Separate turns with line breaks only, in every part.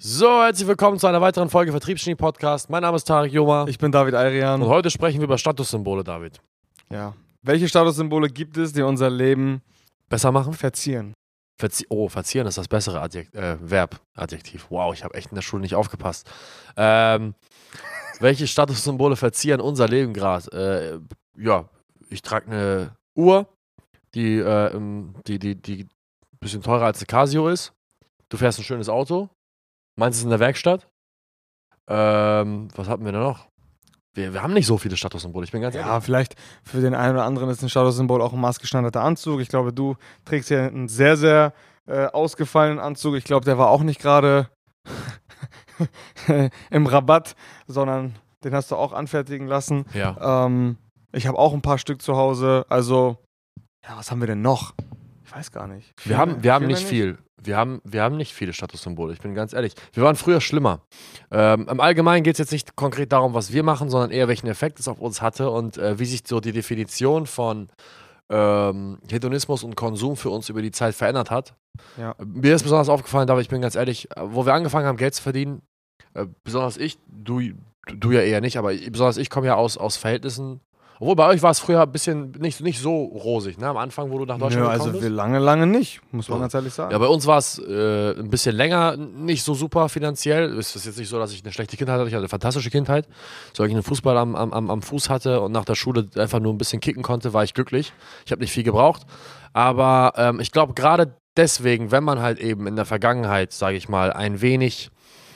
So, herzlich willkommen zu einer weiteren Folge Vertriebsgenie-Podcast. Mein Name ist Tarek Joma.
Ich bin David Ayrian.
Und heute sprechen wir über Statussymbole, David.
Ja. Welche Statussymbole gibt es, die unser Leben
besser machen?
Verzieren.
Verzieren ist das bessere Adjektiv. Wow, ich habe echt in der Schule nicht aufgepasst. Welche Statussymbole verzieren unser Leben gerade? Ich trage eine Uhr, die ein bisschen teurer als eine Casio ist. Du fährst ein schönes Auto. Meins ist in der Werkstatt. Was hatten wir denn noch? Wir haben nicht so viele Statussymbole, ich bin ganz ehrlich.
Ja, vielleicht für den einen oder anderen ist ein Statussymbol auch ein maßgeschneiderter Anzug. Ich glaube, du trägst ja einen sehr, sehr ausgefallenen Anzug. Ich glaube, der war auch nicht gerade im Rabatt, sondern den hast du auch anfertigen lassen.
Ja.
Ich habe auch ein paar Stück zu Hause. Also, ja, was haben wir denn noch? Ich weiß gar nicht.
Wir haben nicht viel. Wir haben nicht viele Statussymbole, ich bin ganz ehrlich. Wir waren früher schlimmer. Im Allgemeinen geht es jetzt nicht konkret darum, was wir machen, sondern eher, welchen Effekt es auf uns hatte und wie sich so die Definition von Hedonismus und Konsum für uns über die Zeit verändert hat.
Ja.
Mir ist besonders aufgefallen, aber ich bin ganz ehrlich, wo wir angefangen haben, Geld zu verdienen, besonders ich, du ja eher nicht, aber besonders ich komme ja aus Verhältnissen. Obwohl, bei euch war es früher ein bisschen nicht so rosig, ne? Am Anfang, wo du nach Deutschland gekommen bist.
Also wir lange nicht, muss man ganz ehrlich sagen.
Ja, bei uns war es ein bisschen länger nicht so super finanziell. Es ist jetzt nicht so, dass ich eine schlechte Kindheit hatte. Ich hatte eine fantastische Kindheit. So, ich einen Fußball am Fuß hatte und nach der Schule einfach nur ein bisschen kicken konnte, war ich glücklich. Ich habe nicht viel gebraucht. Aber ich glaube, gerade deswegen, wenn man halt eben in der Vergangenheit, sage ich mal, ein wenig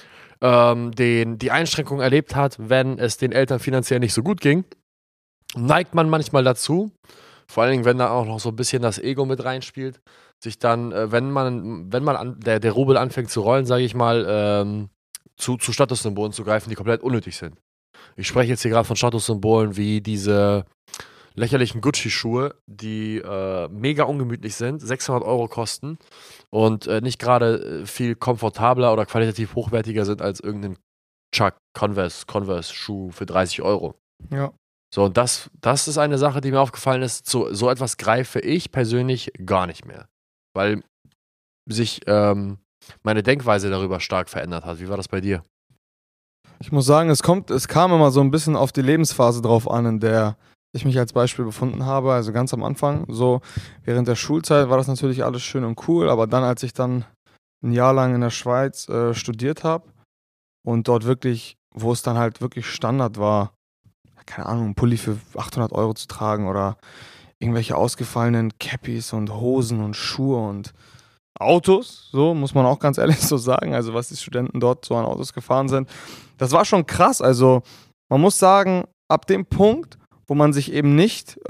die Einschränkung erlebt hat, wenn es den Eltern finanziell nicht so gut ging, neigt man manchmal dazu, vor allen Dingen, wenn da auch noch so ein bisschen das Ego mit reinspielt, sich dann, wenn man der Rubel anfängt zu rollen, sage ich mal, zu Statussymbolen zu greifen, die komplett unnötig sind. Ich spreche jetzt hier gerade von Statussymbolen wie diese lächerlichen Gucci-Schuhe, die mega ungemütlich sind, 600 € kosten und nicht gerade viel komfortabler oder qualitativ hochwertiger sind als irgendein Chuck Converse-Schuh für 30 €.
Ja.
So, und das ist eine Sache, die mir aufgefallen ist. So etwas greife ich persönlich gar nicht mehr. Weil sich meine Denkweise darüber stark verändert hat. Wie war das bei dir?
Ich muss sagen, es kam immer so ein bisschen auf die Lebensphase drauf an, in der ich mich als Beispiel befunden habe. Also ganz am Anfang, so während der Schulzeit war das natürlich alles schön und cool. Aber dann, als ich dann ein Jahr lang in der Schweiz studiert habe und dort wirklich, wo es dann halt wirklich Standard war, keine Ahnung, einen Pulli für 800 € zu tragen oder irgendwelche ausgefallenen Cappies und Hosen und Schuhe und Autos, so muss man auch ganz ehrlich so sagen, also was die Studenten dort so an Autos gefahren sind, das war schon krass. Also man muss sagen, ab dem Punkt, wo man sich eben nicht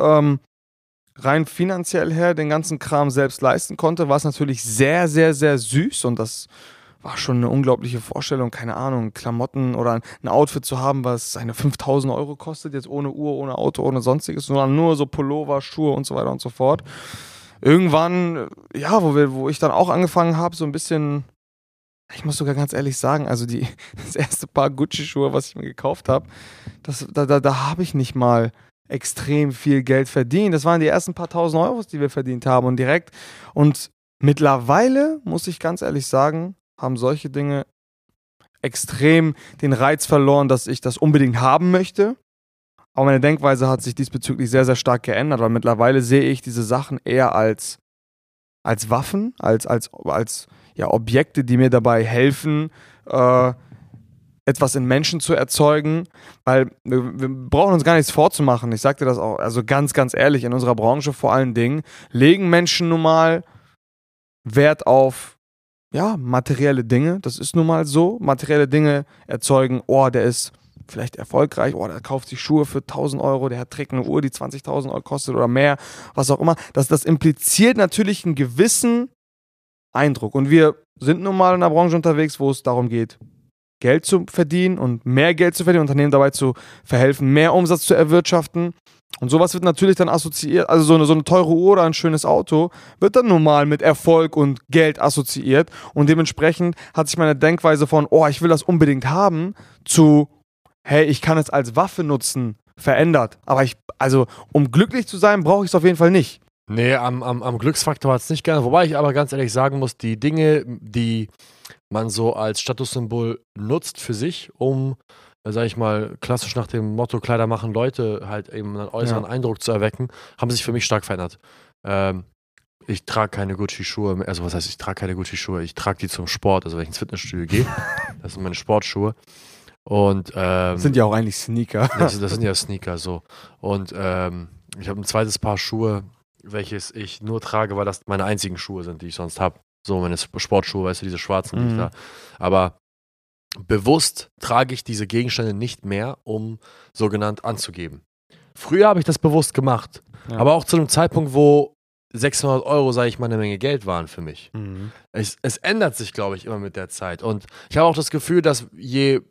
rein finanziell her den ganzen Kram selbst leisten konnte, war es natürlich sehr, sehr, sehr süß und das war schon eine unglaubliche Vorstellung, keine Ahnung, Klamotten oder ein Outfit zu haben, was seine 5.000 € kostet, jetzt ohne Uhr, ohne Auto, ohne sonstiges, sondern nur so Pullover, Schuhe und so weiter und so fort. Irgendwann, ja, wo ich dann auch angefangen habe, so ein bisschen, ich muss sogar ganz ehrlich sagen, also das erste Paar Gucci-Schuhe, was ich mir gekauft habe, da habe ich nicht mal extrem viel Geld verdient. Das waren die ersten paar tausend Euros, die wir verdient haben und mittlerweile, muss ich ganz ehrlich sagen, haben solche Dinge extrem den Reiz verloren, dass ich das unbedingt haben möchte. Aber meine Denkweise hat sich diesbezüglich sehr, sehr stark geändert, weil mittlerweile sehe ich diese Sachen eher als Waffen, als Objekte, die mir dabei helfen, etwas in Menschen zu erzeugen, weil wir brauchen uns gar nichts vorzumachen. Ich sage dir das auch, also ganz, ganz ehrlich, in unserer Branche vor allen Dingen, legen Menschen nun mal Wert auf materielle Dinge, das ist nun mal so. Materielle Dinge erzeugen, der ist vielleicht erfolgreich, der kauft sich Schuhe für 1.000 €, der trägt eine Uhr, die 20.000 € kostet oder mehr, was auch immer. Das impliziert natürlich einen gewissen Eindruck. Und wir sind nun mal in einer Branche unterwegs, wo es darum geht, Geld zu verdienen und mehr Geld zu verdienen, Unternehmen dabei zu verhelfen, mehr Umsatz zu erwirtschaften. Und sowas wird natürlich dann assoziiert, also so eine teure Uhr oder ein schönes Auto wird dann normal mit Erfolg und Geld assoziiert und dementsprechend hat sich meine Denkweise von, ich will das unbedingt haben, zu, hey, ich kann es als Waffe nutzen, verändert. Aber um glücklich zu sein, brauche ich es auf jeden Fall nicht.
Nee, am Glücksfaktor hat es nicht gerne. Wobei ich aber ganz ehrlich sagen muss, die Dinge, die man so als Statussymbol nutzt für sich, um, sag ich mal, klassisch nach dem Motto Kleider machen Leute halt eben einen äußeren Eindruck zu erwecken, haben sich für mich stark verändert. Ich trage keine Gucci-Schuhe, also was heißt, ich trage keine Gucci-Schuhe, ich trage die zum Sport, also wenn ich ins Fitnessstudio gehe, das sind meine Sportschuhe. Und
sind ja auch eigentlich Sneaker.
Das sind ja Sneaker so. Und ich habe ein zweites Paar Schuhe, welches ich nur trage, weil das meine einzigen Schuhe sind, die ich sonst habe. So meine Sportschuhe, weißt du, diese schwarzen, die ich da. Aber bewusst trage ich diese Gegenstände nicht mehr, um sogenannt anzugeben. Früher habe ich das bewusst gemacht, aber auch zu einem Zeitpunkt, wo 600 Euro, sage ich mal, eine Menge Geld waren für mich. Es ändert sich, glaube ich, immer mit der Zeit. Und ich habe auch das Gefühl, dass je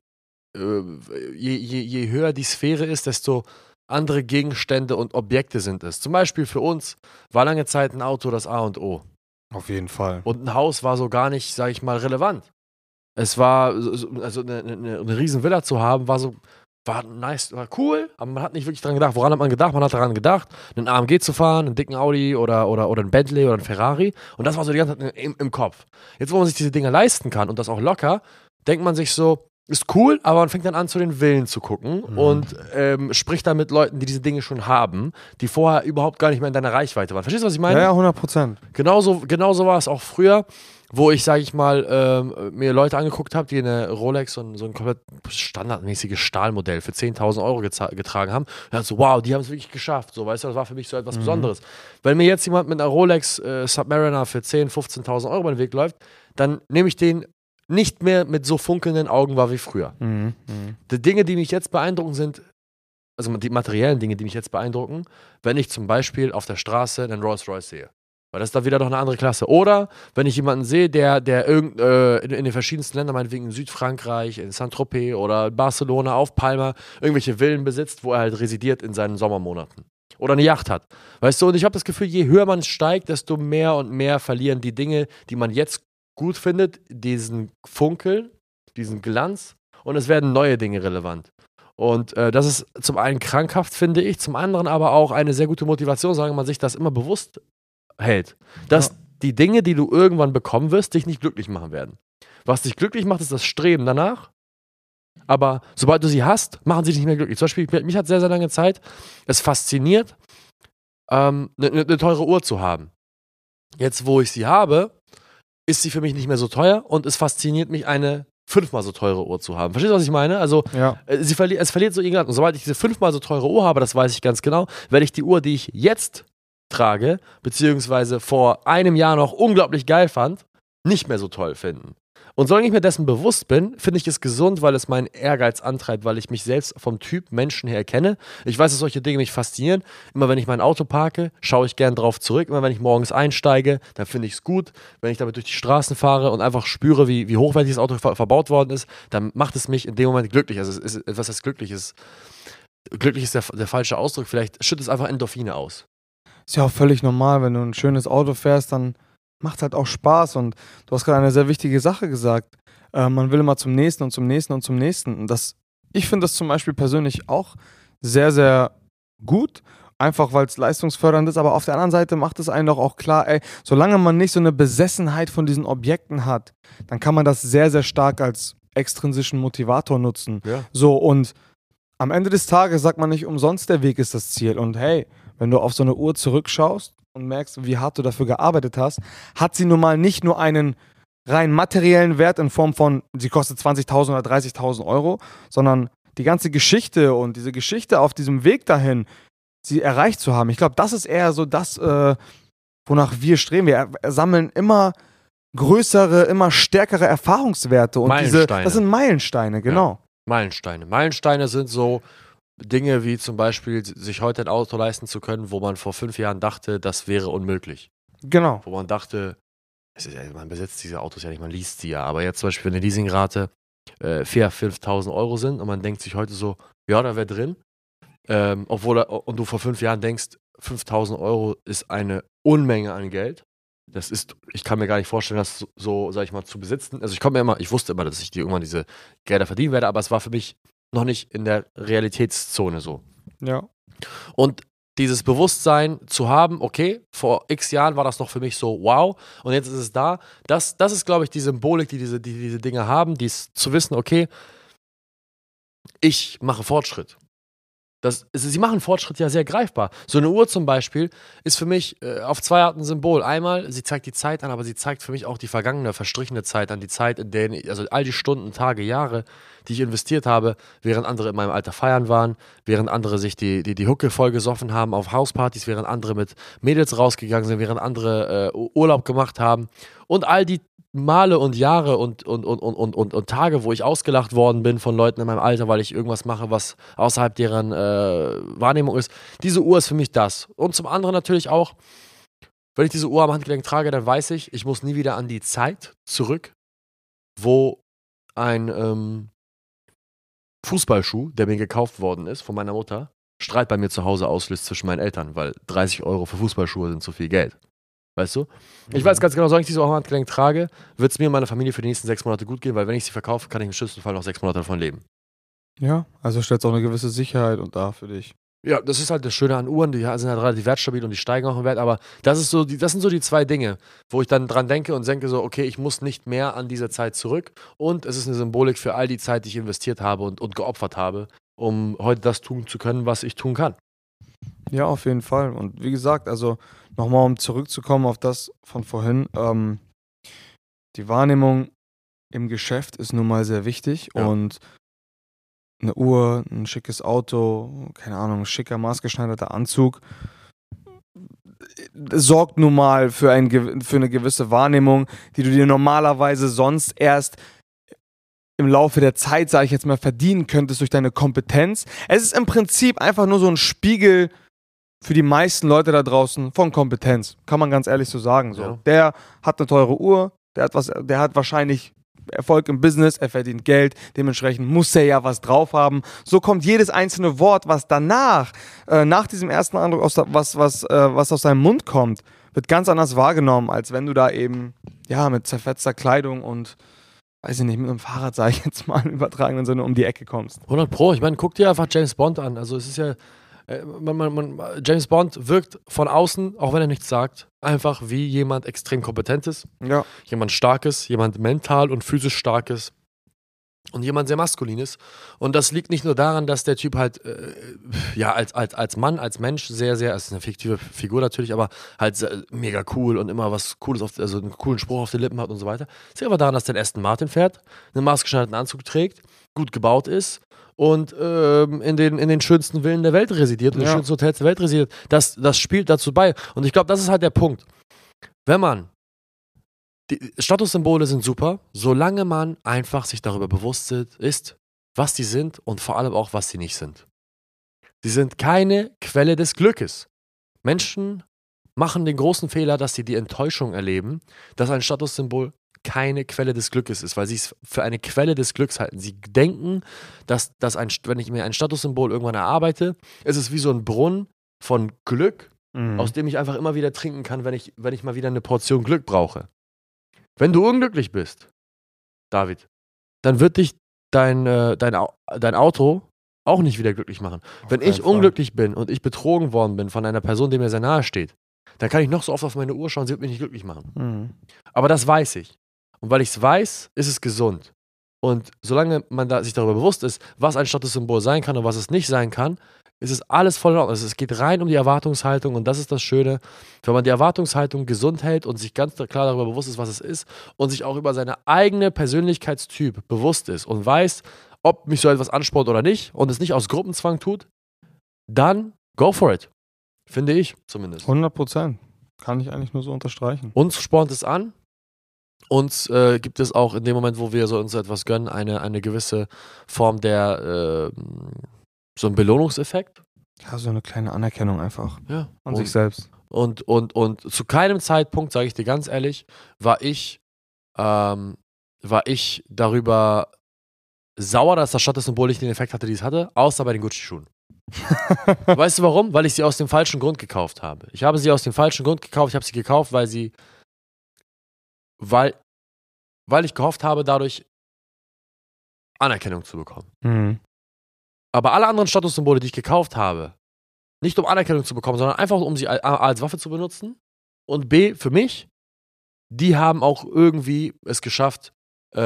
höher die Sphäre ist, desto andere Gegenstände und Objekte sind es. Zum Beispiel für uns war lange Zeit ein Auto das A und O.
Auf jeden Fall.
Und ein Haus war so gar nicht, sage ich mal, relevant. Es war, also eine riesen Villa zu haben, war nice, war cool, aber man hat nicht wirklich dran gedacht. Woran hat man gedacht? Man hat daran gedacht, einen AMG zu fahren, einen dicken Audi oder einen Bentley oder einen Ferrari. Und das war so die ganze Zeit im Kopf. Jetzt, wo man sich diese Dinge leisten kann und das auch locker, denkt man sich so, ist cool, aber man fängt dann an, zu den Villen zu gucken und spricht dann mit Leuten, die diese Dinge schon haben, die vorher überhaupt gar nicht mehr in deiner Reichweite waren. Verstehst du, was ich meine?
Ja, 100%.
Genauso war es auch früher, wo ich, sage ich mal, mir Leute angeguckt habe, die eine Rolex und so ein komplett standardmäßiges Stahlmodell für 10.000 Euro getragen haben. Und dann so, wow, die haben es wirklich geschafft. So, weißt du, das war für mich so etwas Besonderes. Wenn mir jetzt jemand mit einer Rolex Submariner für 10.000, 15.000 Euro über den Weg läuft, dann nehme ich den nicht mehr mit so funkelnden Augen wahr wie früher. Die Dinge, die mich jetzt beeindrucken, sind, also die materiellen Dinge, die mich jetzt beeindrucken, wenn ich zum Beispiel auf der Straße einen Rolls-Royce sehe. Weil das ist da wieder noch eine andere Klasse. Oder wenn ich jemanden sehe, der in den verschiedensten Ländern, meinetwegen in Südfrankreich, in Saint-Tropez oder Barcelona, auf Palma, irgendwelche Villen besitzt, wo er halt residiert in seinen Sommermonaten. Oder eine Yacht hat. Weißt du, und ich habe das Gefühl, je höher man steigt, desto mehr und mehr verlieren die Dinge, die man jetzt gut findet, diesen Funkel, diesen Glanz, und es werden neue Dinge relevant. Und das ist zum einen krankhaft, finde ich, zum anderen aber auch eine sehr gute Motivation, solange man sich das immer bewusst hält. Dass die Dinge, die du irgendwann bekommen wirst, dich nicht glücklich machen werden. Was dich glücklich macht, ist das Streben danach, aber sobald du sie hast, machen sie dich nicht mehr glücklich. Zum Beispiel, mich hat sehr, sehr lange Zeit es fasziniert, eine teure Uhr zu haben. Jetzt, wo ich sie habe, ist sie für mich nicht mehr so teuer und es fasziniert mich, eine 5-mal so teure Uhr zu haben. Verstehst du, was ich meine? Also, es verliert so irgendwann. Und sobald ich diese 5-mal so teure Uhr habe, das weiß ich ganz genau, werde ich die Uhr, die ich jetzt trage, beziehungsweise vor einem Jahr noch unglaublich geil fand, nicht mehr so toll finden. Und solange ich mir dessen bewusst bin, finde ich es gesund, weil es meinen Ehrgeiz antreibt, weil ich mich selbst vom Typ Menschen her kenne. Ich weiß, dass solche Dinge mich faszinieren. Immer wenn ich mein Auto parke, schaue ich gern drauf zurück. Immer wenn ich morgens einsteige, dann finde ich es gut. Wenn ich damit durch die Straßen fahre und einfach spüre, wie hochwertig das Auto verbaut worden ist, dann macht es mich in dem Moment glücklich. Also es ist etwas, das glücklich ist. Glücklich ist der falsche Ausdruck. Vielleicht schüttet es einfach Endorphine aus.
Ist ja auch völlig normal, wenn du ein schönes Auto fährst, dann macht halt auch Spaß. Und du hast gerade eine sehr wichtige Sache gesagt. Man will immer zum nächsten und zum nächsten und zum nächsten. Und ich finde das zum Beispiel persönlich auch sehr, sehr gut. Einfach weil es leistungsfördernd ist. Aber auf der anderen Seite macht es einem doch auch klar, solange man nicht so eine Besessenheit von diesen Objekten hat, dann kann man das sehr, sehr stark als extrinsischen Motivator nutzen.
Ja.
So, und am Ende des Tages sagt man nicht umsonst, der Weg ist das Ziel. Und hey, wenn du auf so eine Uhr zurückschaust und merkst, wie hart du dafür gearbeitet hast, hat sie nun mal nicht nur einen rein materiellen Wert in Form von, sie kostet 20.000 oder 30.000 Euro, sondern die ganze Geschichte und diese Geschichte auf diesem Weg dahin, sie erreicht zu haben. Ich glaube, das ist eher so das, wonach wir streben. Wir sammeln immer größere, immer stärkere Erfahrungswerte. Und das sind Meilensteine, genau.
Ja. Meilensteine sind so Dinge wie zum Beispiel, sich heute ein Auto leisten zu können, wo man vor 5 Jahren dachte, das wäre unmöglich.
Genau.
Wo man dachte, man besitzt diese Autos ja nicht, man liest sie ja. Aber jetzt zum Beispiel, wenn eine Leasingrate 4.000, 5.000 Euro sind und man denkt sich heute so, ja, da wäre drin. Und du vor 5 Jahren denkst, 5.000 Euro ist eine Unmenge an Geld. Ich kann mir gar nicht vorstellen, das so, sag ich mal, zu besitzen. Also ich wusste immer, dass ich irgendwann diese Gelder verdienen werde, aber es war für mich noch nicht in der Realitätszone so.
Ja.
Und dieses Bewusstsein zu haben, okay, vor x Jahren war das noch für mich so wow und jetzt ist es da. Das ist, glaube ich, die Symbolik, die diese Dinge haben, zu wissen, okay, ich mache Fortschritt. Sie machen Fortschritt ja sehr greifbar. So eine Uhr zum Beispiel ist für mich auf zwei Arten ein Symbol. Einmal, sie zeigt die Zeit an, aber sie zeigt für mich auch die vergangene, verstrichene Zeit an, die Zeit, in der, also all die Stunden, Tage, Jahre, die ich investiert habe, während andere in meinem Alter feiern waren, während andere sich die Hucke voll gesoffen haben auf Hauspartys, während andere mit Mädels rausgegangen sind, während andere Urlaub gemacht haben und all die Male und Jahre und Tage, wo ich ausgelacht worden bin von Leuten in meinem Alter, weil ich irgendwas mache, was außerhalb deren Wahrnehmung ist. Diese Uhr ist für mich das. Und zum anderen natürlich auch, wenn ich diese Uhr am Handgelenk trage, dann weiß ich muss nie wieder an die Zeit zurück, wo ein Fußballschuh, der mir gekauft worden ist von meiner Mutter, Streit bei mir zu Hause auslöst zwischen meinen Eltern, weil 30 € für Fußballschuhe sind zu viel Geld. Weißt du? Ich weiß ganz genau, solange ich diese auch am Handgelenk trage, wird es mir und meiner Familie für die nächsten 6 Monate gut gehen, weil wenn ich sie verkaufe, kann ich im schlimmsten Fall noch 6 Monate davon leben.
Ja, also stellt auch eine gewisse Sicherheit und da für dich.
Ja, das ist halt das Schöne an Uhren, die sind halt relativ wertstabil und die steigen auch im Wert, aber das sind so die zwei Dinge, wo ich dann dran denke und denke so, okay, ich muss nicht mehr an diese Zeit zurück und es ist eine Symbolik für all die Zeit, die ich investiert habe und geopfert habe, um heute das tun zu können, was ich tun kann.
Ja, auf jeden Fall. Und wie gesagt, also nochmal, um zurückzukommen auf das von vorhin, die Wahrnehmung im Geschäft ist nun mal sehr wichtig und eine Uhr, ein schickes Auto, keine Ahnung, ein schicker, maßgeschneiderter Anzug sorgt nun mal für eine gewisse Wahrnehmung, die du dir normalerweise sonst erst im Laufe der Zeit, sage ich jetzt mal, verdienen könntest durch deine Kompetenz. Es ist im Prinzip einfach nur so ein Spiegel für die meisten Leute da draußen von Kompetenz. Kann man ganz ehrlich so sagen. So.
Ja.
Der hat eine teure Uhr, der hat wahrscheinlich Erfolg im Business, er verdient Geld, dementsprechend muss er ja was drauf haben. So kommt jedes einzelne Wort, was danach, nach diesem ersten Eindruck, was aus seinem Mund kommt, wird ganz anders wahrgenommen, als wenn du da eben, ja, mit zerfetzter Kleidung und, weiß ich nicht, mit einem Fahrrad, sage ich jetzt mal im übertragenen Sinne, um die Ecke kommst.
100%. Ich meine, guck dir einfach James Bond an. Also es ist ja, James Bond wirkt von außen, auch wenn er nichts sagt, einfach wie jemand extrem kompetentes,
Ja.
jemand starkes, jemand mental und physisch starkes und jemand sehr maskulines. Und das liegt nicht nur daran, dass der Typ halt, ja, als Mann, als Mensch sehr, sehr, es ist eine fiktive Figur natürlich, aber halt sehr, mega cool und immer was Cooles, also einen coolen Spruch auf den Lippen hat und so weiter. Es liegt aber daran, dass der Aston Martin fährt, einen maßgeschneiderten Anzug trägt, gut gebaut ist und in den schönsten Villen der Welt residiert und in den schönsten Hotels der Welt residiert. Das spielt dazu bei. Und ich glaube, das ist halt der Punkt. Wenn man die Statussymbole sind super, solange man einfach sich darüber bewusst ist, was die sind und vor allem auch, was sie nicht sind. Sie sind keine Quelle des Glückes. Menschen machen den großen Fehler, dass sie die Enttäuschung erleben, dass ein Statussymbol keine Quelle des Glückes ist, weil sie es für eine Quelle des Glücks halten. Sie denken, dass wenn ich mir ein Statussymbol irgendwann erarbeite, ist es wie so ein Brunnen von Glück, aus dem ich einfach immer wieder trinken kann, wenn ich mal wieder eine Portion Glück brauche. Wenn du unglücklich bist, David, dann wird dich dein Auto auch nicht wieder glücklich machen. Wenn ich unglücklich bin und ich betrogen worden bin von einer Person, die mir sehr nahe steht, dann kann ich noch so oft auf meine Uhr schauen, sie wird mich nicht glücklich machen. Aber das weiß ich. Und weil ich es weiß, ist es gesund. Und solange man sich darüber bewusst ist, was ein Statussymbol sein kann und was es nicht sein kann, ist es alles voll in Ordnung. Also es geht rein um die Erwartungshaltung und das ist das Schöne. Wenn man die Erwartungshaltung gesund hält und sich ganz klar darüber bewusst ist, was es ist und sich auch über seine eigene Persönlichkeitstyp bewusst ist und weiß, ob mich so etwas anspornt oder nicht und es nicht aus Gruppenzwang tut, dann go for it. Finde ich zumindest.
100%. Kann ich eigentlich nur so unterstreichen.
Uns spornt es an. Uns gibt es auch in dem Moment, wo wir so uns etwas gönnen, eine gewisse Form der so ein Belohnungseffekt.
Ja, so eine kleine Anerkennung einfach an sich selbst.
Und zu keinem Zeitpunkt, sage ich dir ganz ehrlich, war ich darüber sauer, dass das Statussymbol nicht den Effekt hatte, die es hatte, außer bei den Gucci-Schuhen. Weißt du warum? Weil ich sie aus dem falschen Grund gekauft habe. Ich habe sie aus dem falschen Grund gekauft. Ich habe sie gekauft, weil ich gehofft habe, dadurch Anerkennung zu bekommen. Aber alle anderen Statussymbole, die ich gekauft habe, Nicht um Anerkennung zu bekommen, sondern einfach um sie als Waffe zu benutzen. Und B, für mich, die haben auch irgendwie es geschafft, ich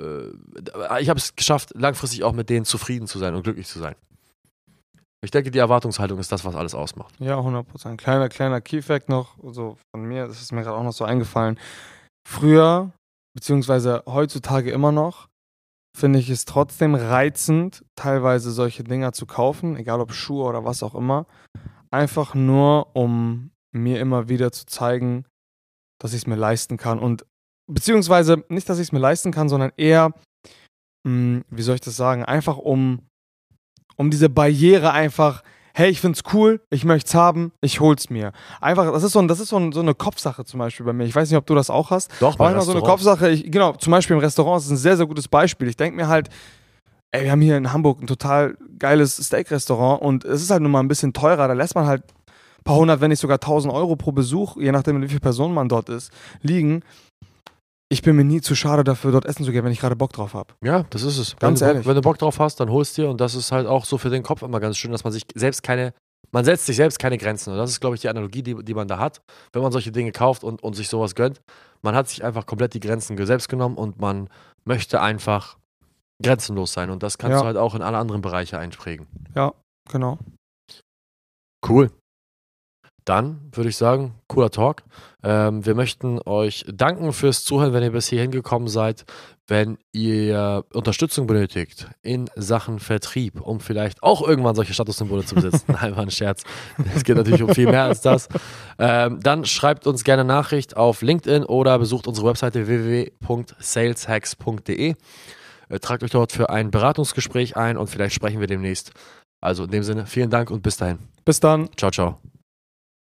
habe es geschafft, langfristig auch mit denen zufrieden zu sein und glücklich zu sein. Ich denke, die Erwartungshaltung ist das, was alles ausmacht.
Ja, 100%. Kleiner Key-Fact noch, so von mir, das ist mir gerade auch noch so eingefallen. Früher, beziehungsweise heutzutage immer noch, finde ich es trotzdem reizend, teilweise solche Dinger zu kaufen, egal ob Schuhe oder was auch immer, einfach nur, um mir immer wieder zu zeigen, dass ich es mir leisten kann und beziehungsweise nicht, dass ich es mir leisten kann, sondern eher, wie soll ich das sagen, einfach um diese Barriere einfach, hey, ich find's cool, ich möchte es haben, ich hol's mir. Einfach, das ist so eine Kopfsache zum Beispiel bei mir. Ich weiß nicht, ob du das auch hast.
Doch, bei
einfach so eine Kopfsache. Genau, zum Beispiel im Restaurant, das ist ein sehr, sehr gutes Beispiel. Ich denke mir halt, ey, wir haben hier in Hamburg ein total geiles Steak-Restaurant und es ist halt nun mal ein bisschen teurer. Da lässt man halt ein paar hundert, wenn nicht sogar 1.000 Euro pro Besuch, je nachdem, wie viele Personen man dort ist, liegen. Ich bin mir nie zu schade dafür, dort essen zu gehen, wenn ich gerade Bock drauf habe.
Ja, das ist es.
Ganz ehrlich.
Wenn du Bock drauf hast, dann holst dir. Und das ist halt auch so für den Kopf immer ganz schön, dass man man setzt sich selbst keine Grenzen. Und das ist, glaube ich, die Analogie, die man da hat, wenn man solche Dinge kauft und sich sowas gönnt. Man hat sich einfach komplett die Grenzen selbst genommen und man möchte einfach grenzenlos sein. Und das kannst du halt auch in alle anderen Bereiche einprägen.
Ja, genau.
Cool. Dann würde ich sagen, cooler Talk. Wir möchten euch danken fürs Zuhören, wenn ihr bis hierhin gekommen seid. Wenn ihr Unterstützung benötigt in Sachen Vertrieb, um vielleicht auch irgendwann solche Statussymbole zu besitzen. Nein, war ein Scherz. Es geht natürlich um viel mehr als das. Dann schreibt uns gerne Nachricht auf LinkedIn oder besucht unsere Webseite www.saleshacks.de. Tragt euch dort für ein Beratungsgespräch ein und vielleicht sprechen wir demnächst. Also in dem Sinne, vielen Dank und bis dahin.
Bis dann.
Ciao, ciao.